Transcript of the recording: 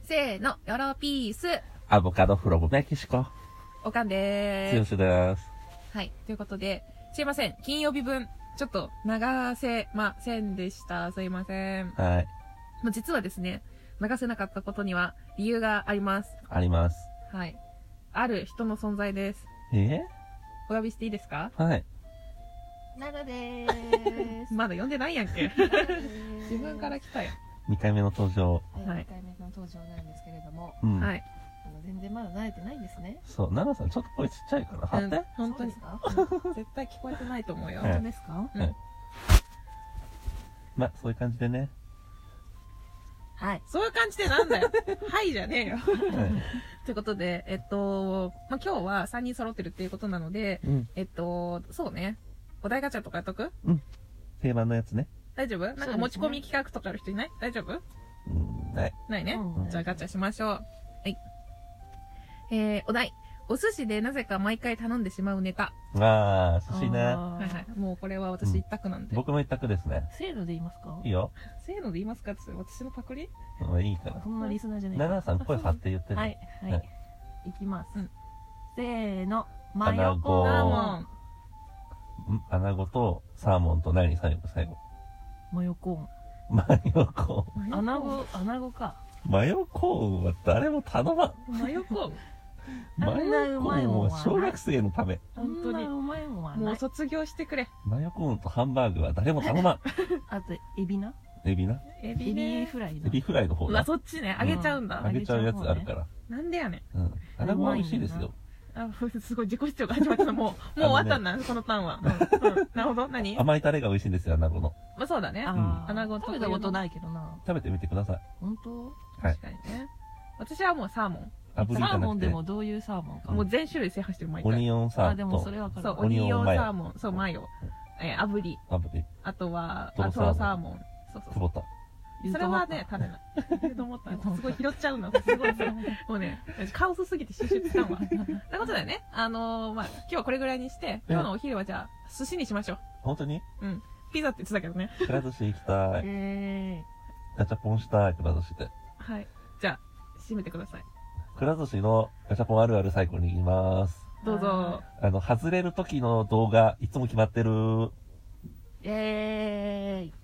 せーの、ヨロピース。 アボカドフロムメキシコ。 おかんでーす。 剛です。 はい。ということで、すいません。金曜日分、ちょっと流せませんでした。すいません。 はい。 もう実はですね、流せなかったことには理由があります。 あります。 はい。ある人の存在です。お呼びしていいですか？ はい。 ななでーす。 まだ呼んでないやんけ。自分から来たよ。 2回目の登場。 はい 2回目の登場なんですけれども、 うん。 はい。 全然まだ慣れてないんですね。 そう、奈々さんちょっと声ちっちゃいから、張って。 本当に。 そうですか？ 絶対聞こえてないと思うよ。 はい本当ですか？ うんまあ、そういう感じでね。 はい。 そういう感じでなんだよ。はいじゃねえよ。 はい。 ということで、まあ、今日は3人揃ってるっていうことなので、 うん。 そうね。お題ガチャとかやっとく？ 定番のやつね。 大丈夫？なんか持ち込み企画とかある人いない？大丈夫？ はい。 ないね。 うんじゃあガチャしましょう。はい。お題。お寿司でなぜか毎回頼んでしまうネタ。 あー、寿司ね。 はいはい。もうこれは私一択なんで。 僕の一択ですね。 せーので言いますか？ いいよ。 せーので言いますかって私のパクリ？ うんいいから。 そんなリスナーじゃない奈々さん声張って言ってね。 はい、は。 はいいきますうん。 せーの、真穴横子サーモーン。 穴子とサーモンと何最後。 真横マヨコーン。穴子か。 ーン。マヨコーンは誰も頼まん。 真横。 マヨコーンは小学生のため。 本当にそんなうまいもんはもない。 う卒業してくれ。 マヨコーンとハンバーグは誰も頼まん。 あと、エビな。 エビな。 エエビね。 フライな。 エビフライの方うわ、 な。 そっちね。あげちゃうんだ。 あげちゃうやつあるから。 なんでやねん。 うん。穴子は美味しいですよ。 あ、すごい自己主張が始まったの。もう終わったんだ、このターンは。なるほど。何？ 甘いタレが美味しいんですよ、穴子の。 まあそうだね。 あー穴子食べたことないけどな。 食べてみてください。 本当？ はい確かにね。私はもうサーモン。 炙りじサーゃなくて、 モンでもどういうサーモンか。 もう全種類制覇してる毎オ回。 ニオンサあ、でもーとそれわかるそう、 わ。 オニオンサオニオンマヨーモン。そう、マヨ。炙り。 炙り、 あとは、 トロトロサーモン。そうそうそう。 久保田。 それはね、食べない。言うと思った。すごい拾っちゃうんだ。すごいそれ。もうね、カオスすぎて収集つかんわ。ということでね、まあ、今日はこれぐらいにして、今日のお昼はじゃあ、寿司にしましょ本当にう。うん。ピザって言ってたけどね。 くら寿司行きたい。ガチャポンしたい、くら寿司で。 はい。じゃあ、締めてください。 くら寿司のガチャポンあるある最後に言います。 どうぞ。 外れる時の動画、いつも決まってる。 イェーイ。